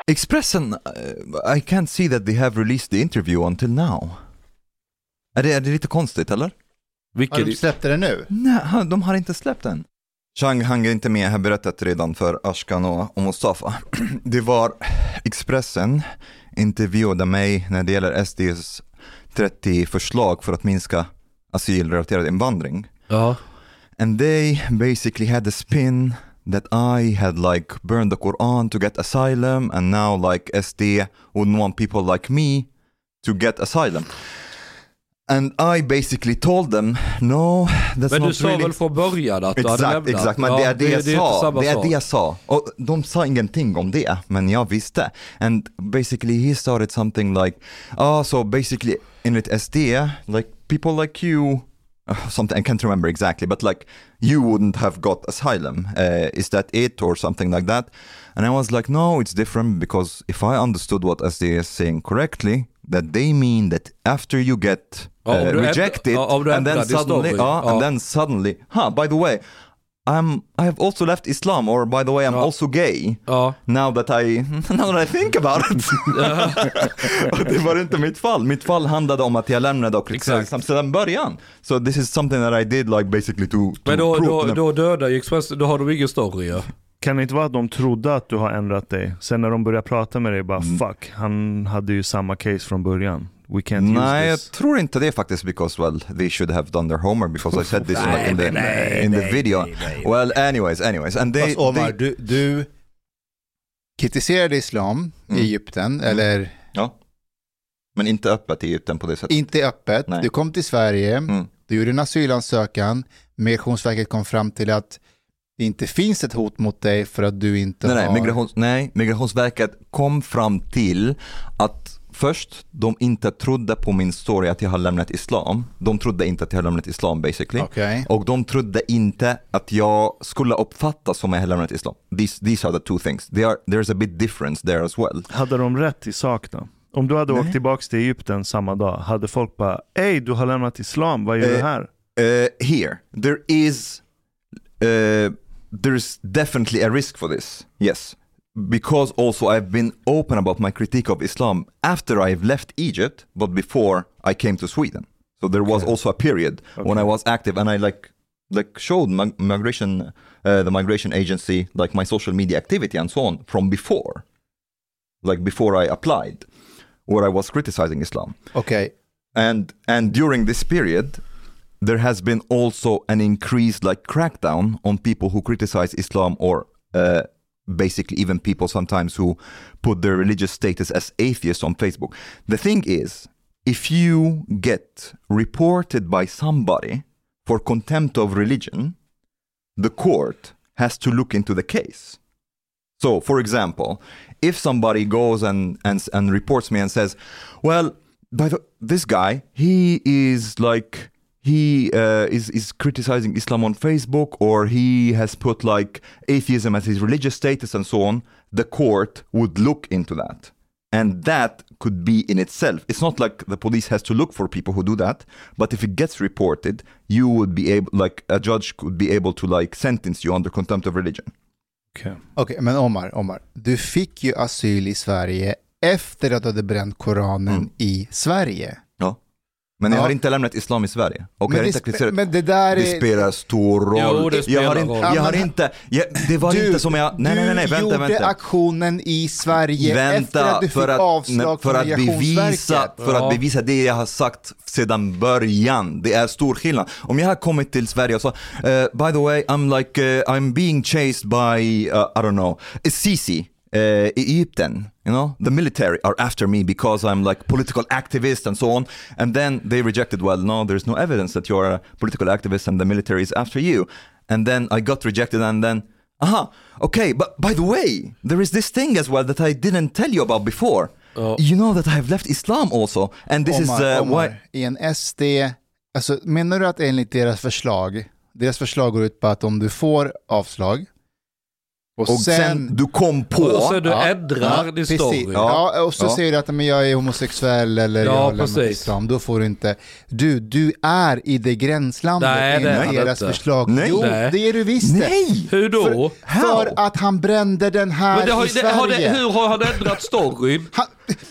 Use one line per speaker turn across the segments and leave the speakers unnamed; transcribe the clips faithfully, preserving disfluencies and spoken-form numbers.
Expressen, uh, I can't see that they have released the interview until now. Är det, är det lite konstigt, eller?
Vilket...
Har de släppt det nu?
Nej, de har inte släppt den. Chang hänger inte med, jag har berättat redan för Ashkan och, och Mustafa. Det var Expressen intervjuade mig när det gäller S D:s trettio förslag för att minska asylrelaterad invandring.
Ja.
And they basically had a spin that I had like burned the Quran to get asylum, and now like S D wouldn't want people like me to get asylum. And I basically told them, no, that's
men
not
du sa
really...
väl från början att du
exakt,
hade lämnat?
Exakt, men
ja,
det är det, det jag
det,
sa.
Det
är,
är
det, det jag sa. Och de sa ingenting om det, men jag visste. And basically he started something like, oh, so basically enligt S D, like people like you, uh, something I can't remember exactly, but like you wouldn't have got asylum. Uh, is that it or something like that? And I was like, no, it's different, because if I understood what S D is saying correctly, that they mean that after you get uh,
oh,
rejected,
oh, oh,
and then suddenly, uh,
oh.
and then suddenly, huh, by the way, I'm, I have also left Islam, or by the way, I'm
oh.
also gay.
Oh.
Now that I, now that I think about it. Och det var inte mitt fall. Mitt fall handlade om att jag lämnade och kritiserade sedan början. So this is something that I did, like basically to, to
men då,
prove.
då, då dödar Express, då har du ingen story, ja.
Kan det inte vara att de trodde att du har ändrat dig? Sen när de börjar prata med dig, bara mm. fuck, han hade ju samma case från början. We can't
Nej,
use this.
jag tror inte det faktiskt, because well, they should have done their homework, because I said this nej, in the, nej, in the nej, video. Nej, nej, nej. Well, anyways, anyways. And they,
Fast Omar,
they...
du, du kritiserade islam mm. i Egypten, mm. eller?
Ja, men inte öppet i Egypten på det sättet.
Inte öppet. Nej. Du kom till Sverige, mm. du gjorde en asylansökan, Migrationsverket kom fram till att det inte finns ett hot mot dig för att du inte
nej,
har...
Nej, Migrations, nej, Migrationsverket kom fram till att först de inte trodde på min story att jag har lämnat islam. De trodde inte att jag har lämnat islam basically.
Okay.
Och de trodde inte att jag skulle uppfattas som jag har lämnat islam. These, these are the two things. They are, there's a bit difference there as well.
Hade de rätt i sak då? Om du hade nej. åkt tillbaka till Egypten samma dag, hade folk bara, ej, du har lämnat islam, vad gör uh, du här?
Uh, here, there is... Uh, there's definitely a risk for this, yes, because also I've been open about my critique of Islam after I've left Egypt, but before I came to Sweden. So there was okay. also a period okay. when I was active, and I like like showed my migration, uh, the migration agency, like my social media activity and so on from before, like before I applied, where I was criticizing Islam.
Okay,
and and during this period, there has been also an increased like crackdown on people who criticize Islam, or uh, basically even people sometimes who put their religious status as atheists on Facebook. The thing is, if you get reported by somebody for contempt of religion, the court has to look into the case. So, for example, if somebody goes and, and, and reports me and says, well, by the, this guy, he is like... he uh, is, is criticizing Islam on Facebook, or he has put like atheism as his religious status and so on, the court would look into that. And that could be in itself. It's not like the police has to look for people who do that, but if it gets reported, you would be able, like a judge could be able to like sentence you under contempt of religion.
Okej, okay. okay, men Omar, Omar, du fick ju asyl i Sverige efter att du hade bränt Koranen mm. i Sverige.
Ja. Men jag
ja.
har inte lämnat islam i Sverige. Och jag har inte
spe- men det där
det
är...
spelar stor roll.
Jo, det spelar
jag har inte,
roll.
jag har inte jag, det var
du,
inte som jag nej nej nej, nej vänta
gjorde
vänta.
aktionen i Sverige
vänta,
efter att du fick
för att,
avslag
för
från
att
Migrationsverket.
bevisa för ja. att bevisa det jag har sagt sedan början. Det är stor skillnad. Om jag har kommit till Sverige och så uh, by the way I'm like uh, I'm being chased by uh, I don't know, Sisi uh, i Egypten, you know, the military are after me because I'm like political activist and so on, and then they rejected, well, no, there's no evidence that you're a political activist and the military is after you. And then I got rejected, and then aha, okay, but by the way, there is this thing as well that I didn't tell you about before. Oh. You know that I have left Islam also, and this Omar, is uh,
Omar,
why
i en S D, alltså menar du att enligt deras förslag, deras förslag går ut på att om du får avslag,
Och, och sen, sen du kom på...
Och sen du ja, ändrar ja, din story.
Ja. ja, och så ja. säger du att men jag är homosexuell eller ja, jag har lämnat islam. Då får du inte... Du, du är i det gränslandet nej, enligt det deras förslag.
Nej.
Jo,
nej.
det är du visst.
Nej!
Hur då?
För, för att han brände den här men det har, i Sverige.
Det, har det, hur har han ändrat storyn? Han,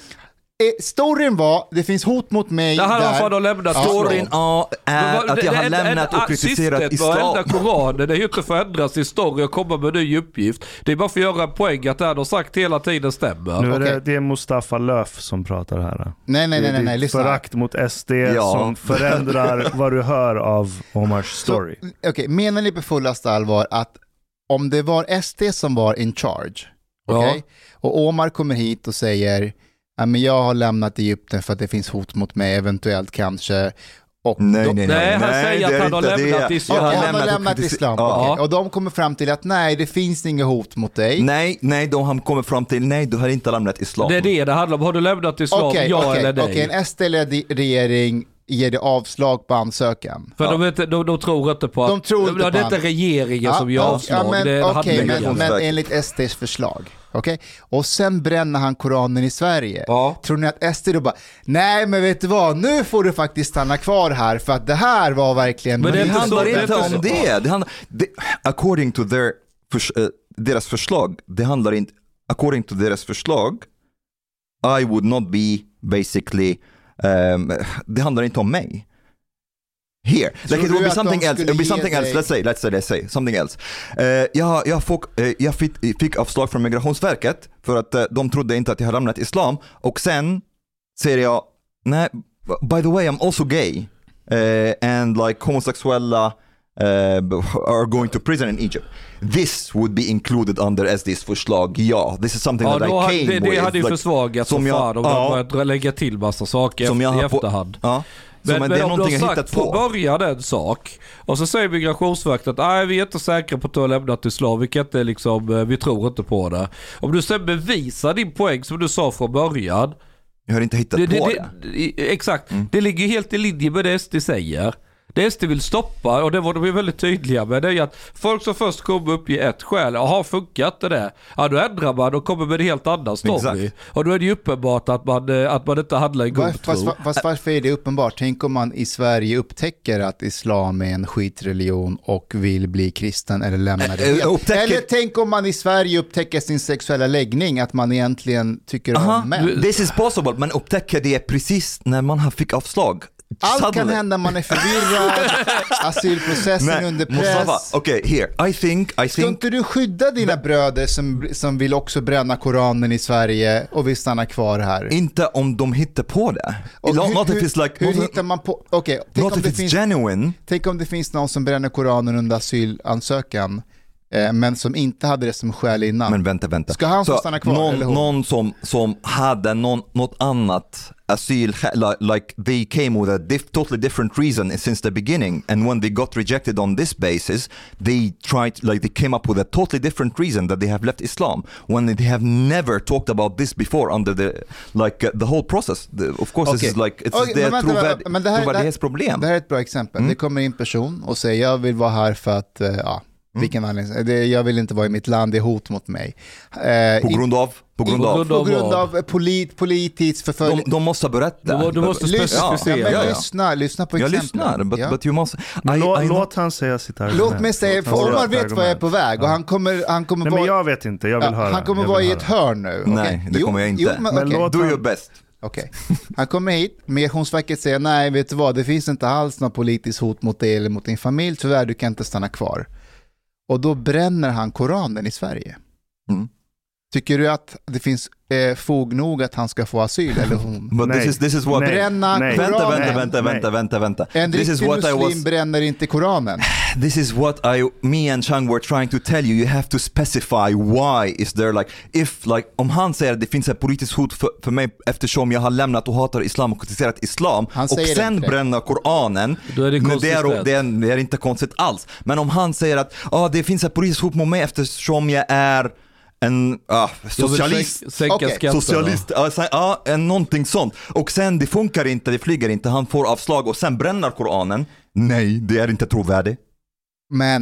storyn var, det finns hot mot mig.
Det här där. Har lämnat
ja, storyn ja, är det, att jag det, har det, lämnat det, och kritiserat islam.
Det Koranen, det är ju inte förändras i story och komma med ny uppgift. Det är bara för att göra en poäng att det han har sagt hela tiden stämmer.
Nu är
okay.
det, det är Mustafa Löf som pratar här.
Nej, nej, nej, nej, nej lyssna.
Förakt mot S D ja. som förändrar vad du hör av Omars story.
Okej, okay, menar ni på fullaste allvar att om det var S D som var in charge, okej, okay, ja. och Omar kommer hit och säger ja, men jag har lämnat Egypten för att det finns hot mot mig, eventuellt kanske. Och
nej,
då,
nej, nej,
nej, han
nej,
säger att han har lämnat
det.
islam.
Ja,
han
har lämnat, lämnat islam. Ja. Okay. Och de kommer fram till att nej, det finns inget hot mot dig.
Nej, nej, de har kommit fram till nej, du har inte lämnat islam.
Det är det det handlar om. Har du lämnat islam,
okay,
ja
okay,
eller nej?
Okej, okay, en S D-regering ger det avslag på ansökan.
För
ja.
de, inte, de, de tror inte på att...
De tror inte
det, det är inte regeringen ja, som gör ja, avslag. Ja, men, det är
okay, men, men enligt S D:s förslag. Okay? Och sen bränner han Koranen i Sverige. Ja. Tror ni att S D då bara, nej men vet du vad, nu får du faktiskt stanna kvar här för att det här var verkligen...
Men det handlar så, inte om det. det, handlar, det according to their, för, uh, deras förslag, det handlar inte, according to deras förslag, I would not be basically, um, det handlar inte om mig. Here, like it will be something else. It will be something else. Let's say, let's say, let's say something else. Uh, jag, jag, fick, uh, jag fick, fick avslag från Migrationsverket för att uh, de trodde inte att jag hade lämnat islam. Och sen säger jag, nej, by the way, I'm also gay. Uh, and like homosexuella uh, are going to prison in Egypt. This would be included under S D:s förslag. Ja, this is something
ja,
that I came
det, det
with.
Det hade ju
like,
försvagat som jag, fan. Och ja, de lägga till massa saker som efter, jag i efterhand.
Ja.
Men,
men,
men
det är
om
någonting
du har
jag
sagt
hittat på.
från början en sak och så säger Migrationsverket att nej, vi är inte säkra på att du har lämnat islam, vilket är liksom, vi tror inte på det. Om du sen bevisar din poäng som du sa från början.
Jag har inte hittat
det,
på
det.
det.
det exakt, mm. det ligger helt i linje med det S D säger. Det S D vill stoppa, och det var de ju väldigt tydliga med, det är att folk som först kommer upp i ett skäl och har funkat det där, ja då ändrar man och kommer med en helt annan story. Exakt. Och då är det ju uppenbart att man, att man inte handlar i god
fast,
tro.
Fast, fast varför är det uppenbart? Tänk om man i Sverige upptäcker att islam är en skitreligion och vill bli kristen eller lämna det helt. Upptäcker... Eller tänk om man i Sverige upptäcker sin sexuella läggning, att man egentligen tycker Aha, om män.
This is possible, man upptäcker det precis när man har fick avslag.
Allt Suddenly. Kan hända, man är förvirrad, asylprocessen Nej, under press.
Okej, okay, here. I think, I think...
Ska inte du skydda dina the... bröder som, som vill också bränna Koranen i Sverige och vill stanna kvar här?
Inte om de hittar på det.
Och hur, not hur, if it's like, hur not, hittar man på... Okej, okay,
not if it's finns, genuine.
Tänk om det finns någon som bränner Koranen under asylansökan, eh, men som inte hade det som skäl innan.
Men vänta, vänta.
Ska han få stanna kvar?
Någon,
eller hon?
någon som, som hade någon, något annat asyl, like, like they came with a diff, totally different reason since the beginning, and when they got rejected on this basis, they tried, like they came up with a totally different reason that they have left Islam, when they have never talked about this before under the, like uh, the whole process. The, of course okay. This is like, it's
okay,
their
trovärdighetsproblem.
Det
här är ett bra exempel. Mm. Det kommer in person och säger jag vill vara här för att, uh, ja, Mm. vilken anledning? Det, jag vill inte vara i mitt land, det är hot mot mig.
Eh, på grund av? På grund av?
På grund av polit, politiskt förföljelse.
De, de måste berätta.
Du, du måste specificera.
Ja, men ja, ja. Lyssna, lyssna på
jag
exempel.
Jag lyssnar, but,
ja.
but you must...
I, låt, I låt han säga sitt argument.
Låt mig säga, för Omar vet vad jag är på väg. Och han kommer, han kommer
Nej,
vara...
men jag vet inte, jag vill
ja,
höra.
Han kommer vara i ett hörn nu.
Nej,
okay.
det kommer jag inte.
Jo, men,
men
okay.
låt Do han... your best.
Okej. Okay. Han kommer hit, Migrationsverket säger nej, vet du vad, det finns inte alls något politiskt hot mot dig eller mot din familj. Tyvärr, du kan inte stanna kvar. Och då bränner han Koranen i Sverige. Mm. Tycker du att det finns eh, fog nog att han ska få asyl eller hon?
But this is, this is what...
Bränna
Nej.
Koranen.
Vänta, vänta, vänta, vänta, vänta.
En
this
riktig muslim
was...
bränner inte Koranen.
This is what I, me and Chang were trying to tell you. You have to specify why is there like, if like, om han säger att det finns ett politiskt hot för, för mig eftersom jag har lämnat och hatar islam och kritiserat islam och sen bränner Koranen,
då är det,
det, är, det, är, det är inte konstigt alls. Men om han säger att ah, det finns ett politiskt hot mot mig eftersom jag är en ah, socialist,
sänka
okay. socialist ah, ah, en, någonting sånt. Och sen det funkar inte, det flyger inte, han får avslag och sen bränner Koranen. Nej, det är inte trovärdigt.
Men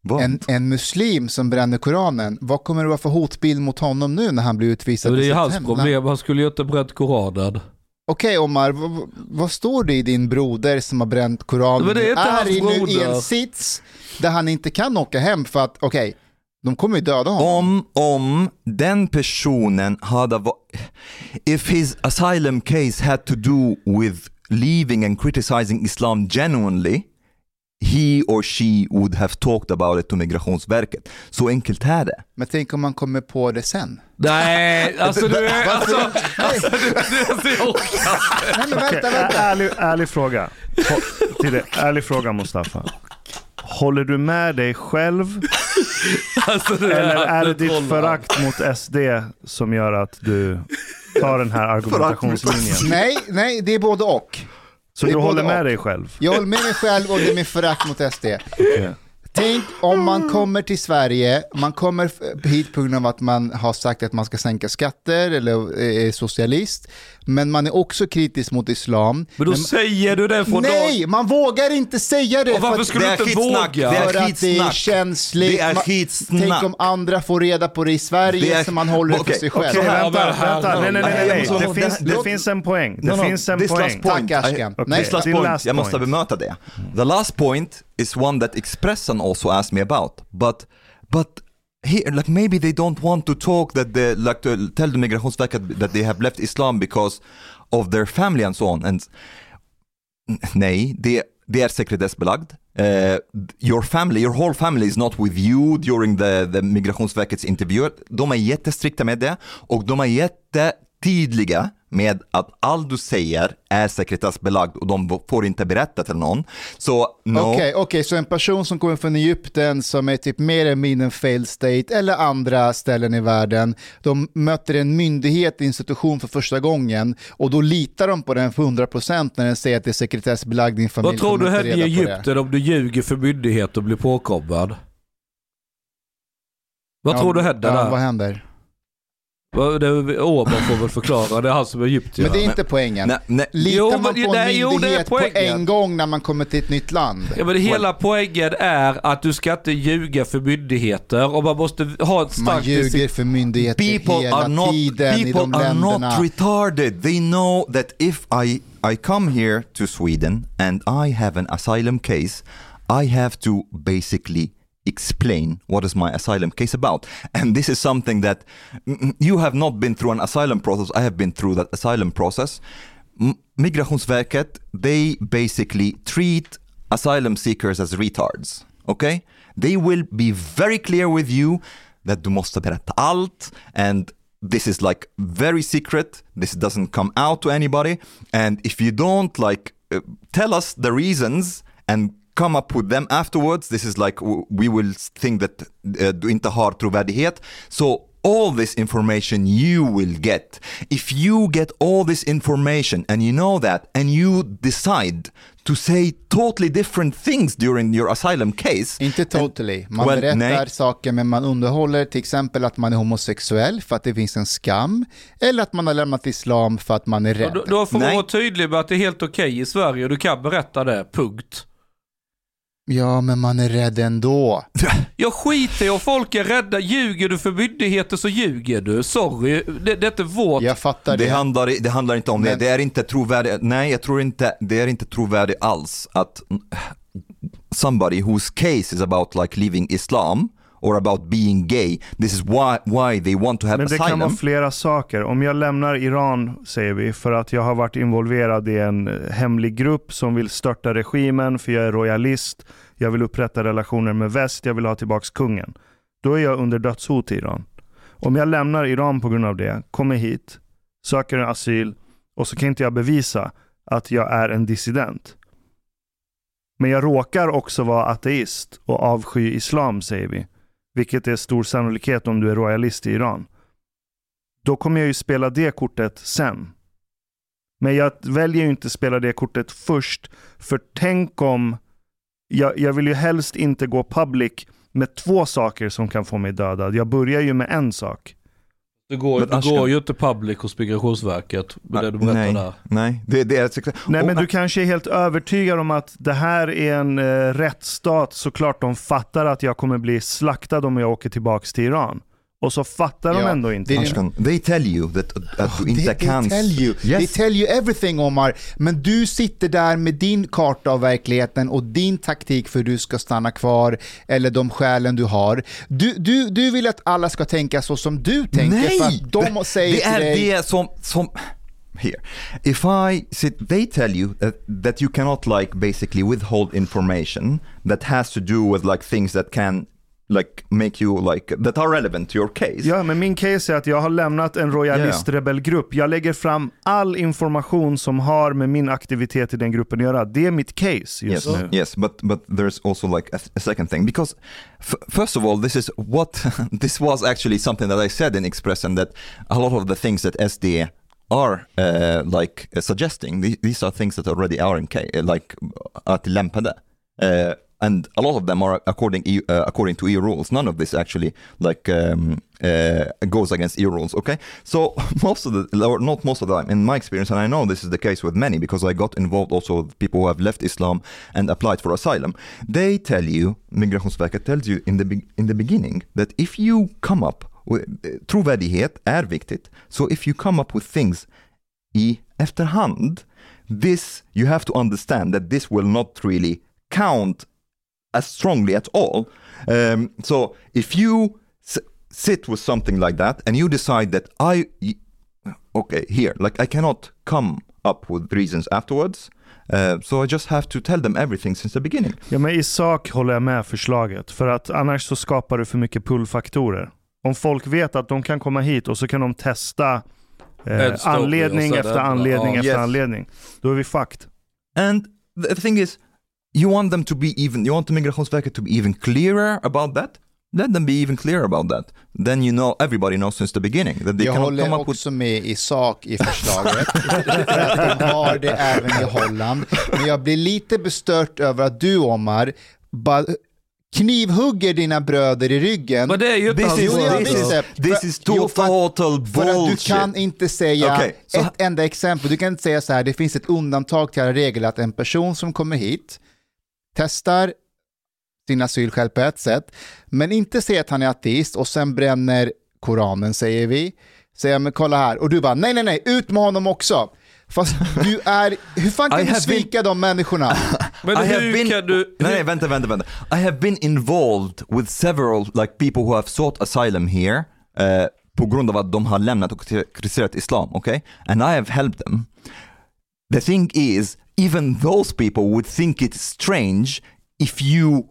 En, en muslim som bränner Koranen, vad kommer det vara för hotbild mot honom nu när han blir utvisad?
Det är
i
ju hans
hem?
problem, han skulle ju inte bränt Koranen.
Okej, Omar, vad, vad står det i din broder som har bränt Koranen?
Men det är inte
är
hans
i nu i
broder.
en sits där han inte kan åka hem för att, okej, okay, de kommer ju döda honom.
Om, om den personen hade va- if his asylum case had to do with leaving and criticizing Islam genuinely, he or she would have talked about it to Migrationsverket. Så enkelt är det.
Men tänk om man kommer på det sen.
Nej, alltså du är... Alltså, alltså du, du, du, du
Nej, men vänta, vänta.
Ärlig, ärlig fråga. Till det. Ärlig fråga, Mustafa. Håller du med dig själv?
alltså, du
Eller är det ditt
trollar.
förakt mot S D som gör att du tar den här argumentationslinjen?
Nej, nej, det är både och.
Så
det
du
är
håller
både
med
och.
dig själv?
Jag håller med mig själv och det är min förakt mot S D.
Okay.
Tänk om man kommer till Sverige, man kommer hit på grund av att man har sagt att man ska sänka skatter eller är socialist, men man är också kritisk mot islam.
Men då
men,
säger du det från
nej, dag... man vågar inte säga det.
Och varför
för
skulle
det
du inte
skitsnack,
våga?
det är
för att det är
skitsnack.
känsligt.
Det är
Man,
skitsnack.
tänk om andra får reda på det i Sverige
Det är-
så man håller det
Okej,
för sig själv.
Okej,
här,
vänta,
här,
vänta.
här.
Nej, nej, nej, nej, nej.
Nej,
Det finns,
det-
det finns en poäng. Det
No, no,
finns en
this
poäng.
last point.
Tack, Ashkan.
I,
Nej,
this last
din
point,
last
jag måste
point.
bemöta det. The last point is one that Expressen also asked me about, but but here, like maybe they don't want to talk that they like to tell the Migrationsverket that they have left Islam because of their family and so on. And nej, det det är sekretessbelagd. Uh, your family, your whole family is not with you during the, the Migrationsverkets intervju. De är jättestrikta med det och de är jättetydliga med att allt du säger är sekretessbelagd och de får inte berätta till någon. Så no.
Okej, okay, okay, så en person som kommer från Egypten som är typ mer eller mindre en failed state eller andra ställen i världen, de möter en myndighet, institution för första gången och då litar de på den för hundra procent när den säger att det är sekretessbelagd din familj.
Vad tror du
kommer
händer
inte
i
reda på
Egypten om du ljuger för myndighet och blir påkommad? Vad
Ja,
tror du händer
ja,
där?
vad händer?
Åman får väl förklara, det är han som är egyptier.
Men det är inte poängen.
Nej, nej.
Litar
Jo,
man
men-
på en
nej, jo, det är
myndighet på
poängen.
en gång när man kommer till ett nytt land?
Ja, men hela poängen är att du ska inte ljuga för myndigheter och man måste ha ett
Man
starkt...
ljuger för myndigheter
People
hela
are not
tiden i de
people are
länderna.
not retarded. They know that if I I come here to Sweden and I have an asylum case, I have to basically explain what is my asylum case about. And this is something that mm, you have not been through an asylum process. I have been through that asylum process. M- Migrationsverket, they basically treat asylum seekers as retards. Okay? They will be very clear with you that du måste berätta allt, and this is like very secret. This doesn't come out to anybody. And if you don't like uh, tell us the reasons and come up with them afterwards, this is like w- we will think that uh, du inte har trovärdighet. So all this information you will get. If you get all this information and you know that and you decide to say totally different things during your asylum case.
Inte totally. Man
Well,
berättar
nej.
saker men man underhåller till exempel att man är homosexuell för att det finns en skam eller att man har lämnat islam för att man är rädd.
Då, då får man
Nej.
vara tydlig med att det är helt okej i Sverige och du kan berätta det, punkt.
Ja, men man är rädd ändå.
Jag skiter i om folk är rädda. Ljuger du för myndigheter så ljuger du. Sorry, det, det är inte vårt.
Jag fattar det.
Det handlar, det handlar inte om
Men-
det. Det är inte trovärdigt. Nej, jag tror inte det är inte trovärdigt alls att somebody whose case is about like leaving Islam or about being gay, this is why why they want to have
Men det
asylum.
kan vara flera saker. Om jag lämnar Iran, säger vi, för att jag har varit involverad i en hemlig grupp som vill störta regimen, för jag är royalist, jag vill upprätta relationer med väst, jag vill ha tillbaks kungen. Då är jag under dödshot i Iran. Om jag lämnar Iran på grund av det, kommer hit, söker en asyl och så kan inte jag bevisa att jag är en dissident. Men jag råkar också vara ateist och avsky islam, säger vi. Vilket är stor sannolikhet om du är royalist i Iran. Då kommer jag ju spela det kortet sen. Men jag väljer ju inte spela det kortet först. För tänk om... Jag, jag vill ju helst inte gå public med två saker som kan få mig dödad. Jag börjar ju med en sak.
Du går,
Men
du
Ashkan-
går ju inte public hos Migrationsverket med det du berättar
nej,
där.
nej, det, det är exakt.
Nej, men
Och-
du kanske är helt övertygad om att det här är en eh, rättsstat. Såklart de fattar att jag kommer bli slaktad om jag åker tillbaks till Iran. Och så fattar de
Ja,
ändå inte.
det är-
Ashkan, they tell you that, att du
They,
inte
they
kan...
tell you.
Yes.
They tell you everything, Omar. Men du sitter där med din karta av verkligheten och din taktik för hur du ska stanna kvar eller de skälen du har. Du, du, du vill att alla ska tänka så som du tänker.
Nej!
För att de
det,
säger
det
till
är
dig...
det som... som here. If I sit, they tell you that, that you cannot like basically withhold information that has to do with like things that can like make you like that are relevant to your case.
Ja, men min case är att jag har lämnat en royalist-rebellgrupp. Jag lägger fram all information som har med min aktivitet i den gruppen att göra. Det är mitt case just
Yes,
nu.
yes, but but there's also like a, a second thing because f- first of all, this is what this was actually something that I said in Expressen, that a lot of the things that S D are uh, like uh, suggesting, the- these are things that already are in case, like are tillämpade. Uh, and a lot of them are according E U, uh, according to E U rules. None of this actually like um, uh, goes against E U rules. Okay, so most of the, or not most of the time, in my experience, and I know this is the case with many because I got involved also with people who have left Islam and applied for asylum. They tell you, Migrationsverket tells you in the be- in the beginning that if you come up with, uh, trovärdighet är viktigt. So if you come up with things i efterhand, this you have to understand that this will not really count as strongly at all. Um, so if you s- sit with something like that and you decide that I, y- okay, here, like I cannot come up with reasons afterwards, uh, so I just have to tell them everything since the beginning.
Ja, men i sak håller jag med förslaget. För att annars så skapar du för mycket pullfaktorer. Om folk vet att de kan komma hit och så kan de testa eh,
En story
anledning
och så
efter
där.
anledning
Ja.
efter
Yes.
anledning. Då är vi fucked.
And the thing is, you want them to be even, you want the Migrationsverket to be even clearer about that? Let them be even clearer about that. Then you know, everybody knows since the beginning that they
Jag
cannot
håller
come up with...
också med i sak i förslaget för att de har det även i Holland. Men jag blir lite bestört över att du, Omar, bara knivhugger dina bröder i ryggen.
Men det är ju inte
This
alls
is,
så.
Jo, jag
this
visste.
is, this
För-
is
jo, för att-
total
För att du
bullshit.
kan inte säga
Okej, så-
ett enda exempel. Du kan inte säga så här, det finns ett undantag till alla regler att en person som kommer hit testar sin asylskäl på ett sätt, men inte säga att han är ateist och sen bränner Koranen, säger vi. Säger men kolla här. Och du bara, nej, nej, nej, ut med honom också. Fast du är, hur fan kan
I
du
have
svika de människorna?
Men
I have
hur
been,
kan du...
nej, nej, vänta, vänta, vänta. I have been involved with several like people who have sought asylum here uh, på grund av att de har lämnat och kritiserat islam, okay? And I have helped them. The thing is, even those people would think it's strange if you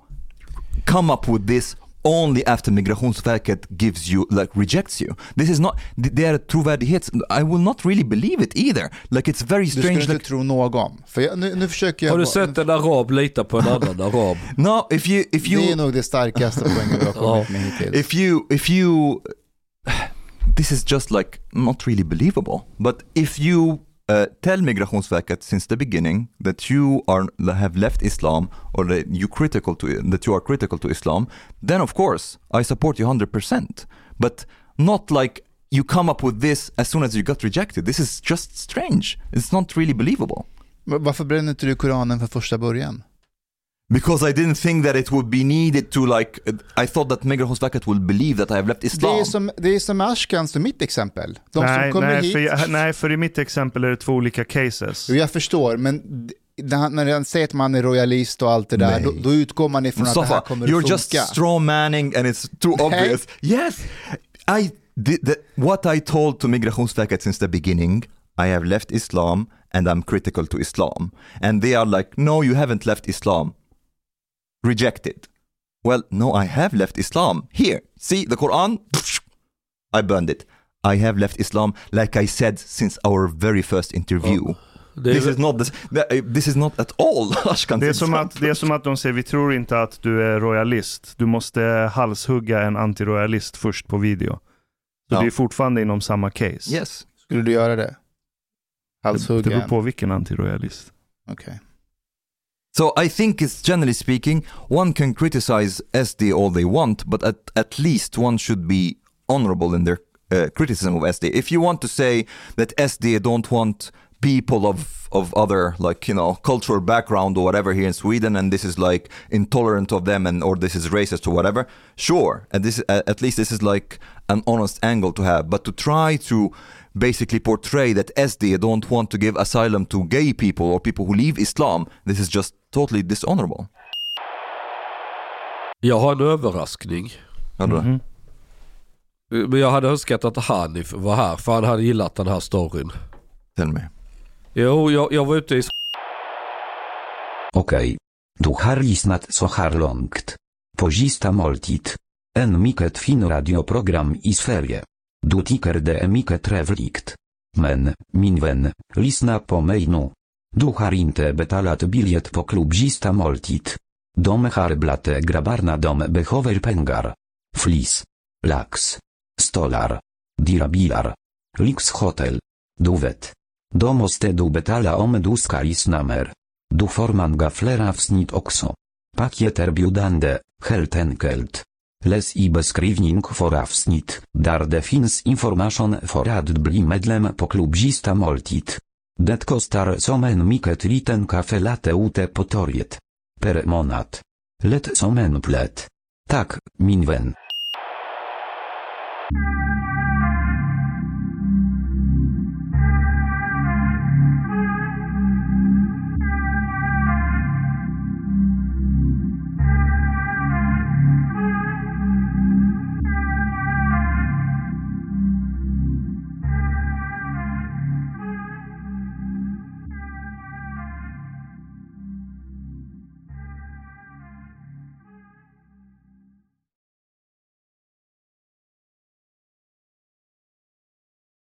come up with this only after Migrationsverket gives you, like rejects you. This is not, det är trovärdighet. I will not really believe it either. Like it's very
Du
strange.
skulle inte
Like,
tro någon. För jag, nu, nu försöker jag...
Har du
bara-
sett en arab lita på en annan arab?
no, if you, if you...
Det är nog det starkaste poängen du har kommit med hittills.
if you if you this is just like not really believable, but if you uh, tell Migrationsverket since the beginning that you are have left Islam or that you critical to that you are critical to Islam, then of course I support you one hundred percent, but not like you come up with this as soon as you got rejected. This is just strange. It's not really believable.
Men varför bränner inte du Koranen för första början?
Because I didn't think that it would be needed to like, I thought that Migrationsverket will believe that I have left Islam.
Det är som, det är som Ashkans och mitt exempel. De
Nej,
som kommer
nej,
hit...
för, jag- nej, för i mitt exempel är det två olika cases.
Jo, jag förstår, men d- när han- när han säger att man är royalist och allt det där,
Nej.
då, då utgår man ifrån att det här
Mustafa,
kommer
you're
att
just
funka.
straw manning and it's too
Nej.
obvious. Yes, I did the, what I told to Migrationsverket since the beginning. I have left Islam and I'm critical to Islam, and they are like, no, you haven't left Islam. Rejected. Well, no, I have left Islam. Here, see the Quran. I burned it. I have left Islam, like I said since our very first interview.
Oh. Det
This
är,
is not this. This is not at all. Ashkan
Det är,
said
som att, det är som att de säger, vi tror inte att du är royalist. Du måste halshugga en antiroyalist först på video. Så
Ja.
det är fortfarande inom samma case.
Yes.
Skulle du göra det?
Det, det
Halshugga?
beror på vilken antiroyalist.
Okej.
So I think it's generally speaking, one can criticize S D all they want, but at, at least one should be honorable in their uh, criticism of S D. If you want to say that S D don't want people of of other, like, you know, cultural background or whatever here in Sweden, and this is like intolerant of them, and or this is racist or whatever, sure, and this uh, at least this is like an honest angle to have. But to try to basically portray that S D don't want to give asylum to gay people or people who leave Islam, this is just totally dishonorable.
Jag har en överraskning.
Mm-hmm.
Men jag hade önskat att Hanif var här, för han hade gillat den här storyn.
Tell me.
Jo, jag, jag var ute i...
Okej. Du har lyssnat så här långt. På sista måltid. En mycket fin radioprogram i Sverige. Du tycker det är mycket trevligt. Men, min vän, lyssna på mig nu. Du har inte betalat biljett på klubb sista måltid. De har blate grabbarna, de behöver pengar. Flis. Lax. Stolar. Dyra bilar. Lyxhotel. Du vet. Då måste du betala om du ska lyssna mer. Du får många fler avsnitt också. Pakieterbjudande, helt enkelt. Läs i beskrivning för avsnitt, där det finns information för att bli medlem på klubb sista måltid. Det kostar som en mycket liten kaffelatte ute på torget. Per månad. Lätt som en plätt. Tack, min vän.